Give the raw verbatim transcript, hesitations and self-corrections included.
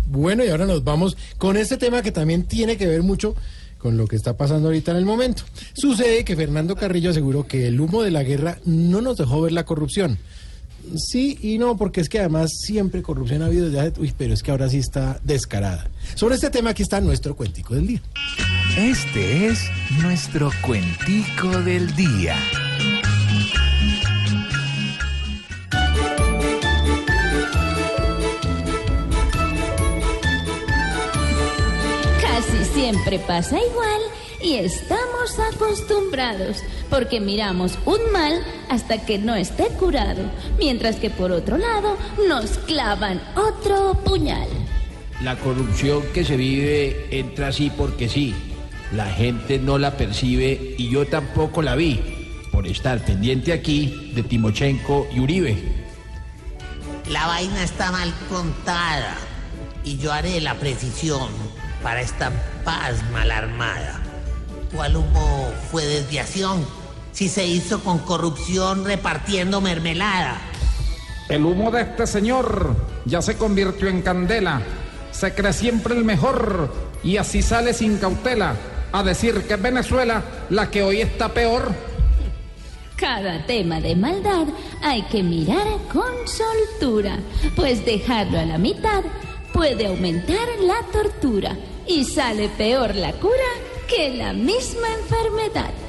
Bueno, y ahora nos vamos con este tema que también tiene que ver mucho con lo que está pasando ahorita en el momento. Sucede que Fernando Carrillo aseguró que el humo de la guerra no nos dejó ver la corrupción. Sí y no, porque es que además siempre corrupción ha habido desde hace... Uy, pero es que ahora sí está descarada. Sobre este tema aquí está nuestro cuentico del día. Este es nuestro cuentico del día. Casi siempre pasa igual y estamos acostumbrados, porque miramos un mal hasta que no esté curado, mientras que por otro lado nos clavan otro puñal. La corrupción que se vive entra así porque sí. La gente no la percibe y yo tampoco la vi, por estar pendiente aquí de Timochenko y Uribe. La vaina está mal contada y yo haré la precisión para esta paz mal armada. ¿Cuál humo fue desviación? Si se hizo con corrupción repartiendo mermelada. El humo de este señor ya se convirtió en candela. Se cree siempre el mejor y así sale sin cautela a decir que es Venezuela la que hoy está peor. Cada tema de maldad hay que mirar con soltura, pues dejarlo a la mitad puede aumentar la tortura y sale peor la cura que la misma enfermedad.